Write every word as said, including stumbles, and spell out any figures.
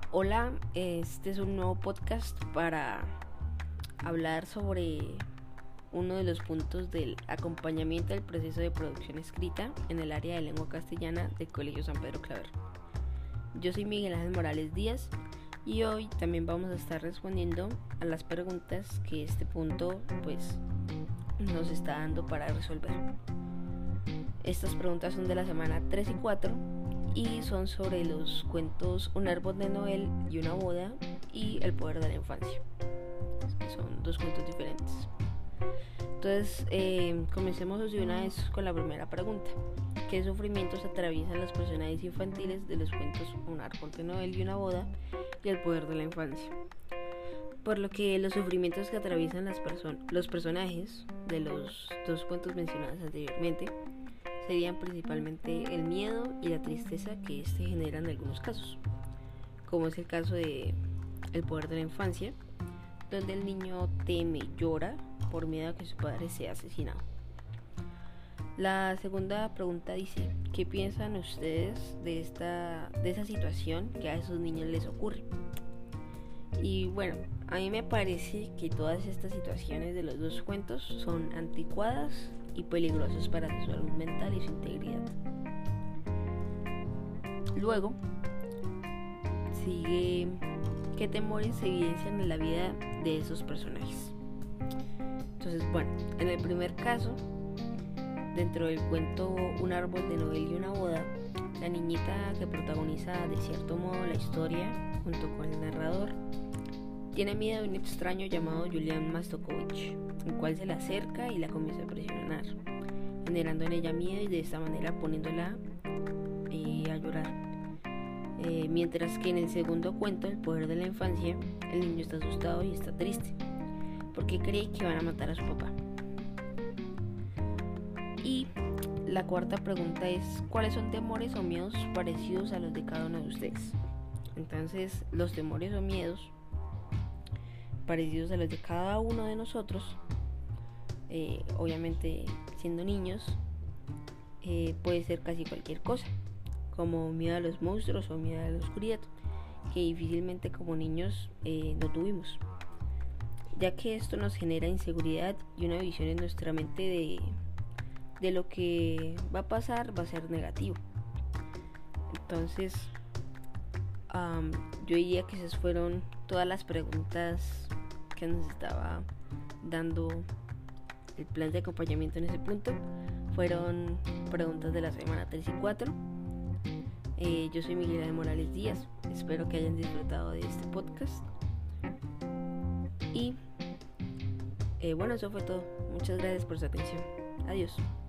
Hola, este es un nuevo podcast para hablar sobre uno de los puntos del acompañamiento del proceso de producción escrita en el área de lengua castellana del Colegio San Pedro Claver. Yo soy Miguel Ángel Morales Díaz y hoy también vamos a estar respondiendo a las preguntas que este punto pues nos está dando para resolver. Estas preguntas son de la semana tres y cuatro y son sobre los cuentos Un árbol de Noel y una boda y El poder de la infancia. Son dos cuentos diferentes. Entonces, eh, comencemos de una vez con la primera pregunta. ¿Qué sufrimientos atraviesan los personajes infantiles de los cuentos Un árbol de Noel y una boda y El poder de la infancia? Por lo que los sufrimientos que atraviesan las perso- los personajes de los dos cuentos mencionados anteriormente serían principalmente el miedo y la tristeza que éste genera en algunos casos, como es el caso de El poder de la infancia, donde el niño teme y llora por miedo a que su padre sea asesinado. La segunda pregunta dice: ¿qué piensan ustedes de esta de esa situación que a esos niños les ocurre? Y bueno, a mí me parece que todas estas situaciones de los dos cuentos son anticuadas y peligrosas para su salud mental y su integridad. Luego sigue: ¿qué temores se evidencian en la vida de esos personajes? Entonces, bueno, en el primer caso, dentro del cuento Un árbol de Noel y una boda, la niñita que protagoniza de cierto modo la historia junto con el narrador tiene miedo de un extraño llamado Julian Mastakovich, el cual se le acerca y la comienza a presionar, generando en ella miedo y de esta manera poniéndola eh, a llorar. Eh, mientras que en el segundo cuento, El poder de la infancia, el niño está asustado y está triste, porque cree que van a matar a su papá. Y la cuarta pregunta es: ¿cuáles son temores o miedos parecidos a los de cada uno de ustedes? Entonces, los temores o miedos parecidos a los de cada uno de nosotros, eh, obviamente siendo niños, eh, puede ser casi cualquier cosa, como miedo a los monstruos o miedo a la oscuridad, que difícilmente como niños eh, no tuvimos, ya que esto nos genera inseguridad y una visión en nuestra mente de, de lo que va a pasar va a ser negativo. Entonces, um, yo diría que esas fueron todas las preguntas que nos estaba dando el plan de acompañamiento en ese punto. Fueron preguntas de la semana tres y cuatro. Eh, yo soy Miguel Ángel Morales Díaz. Espero que hayan disfrutado de este podcast. Y eh, bueno, eso fue todo. Muchas gracias por su atención. Adiós.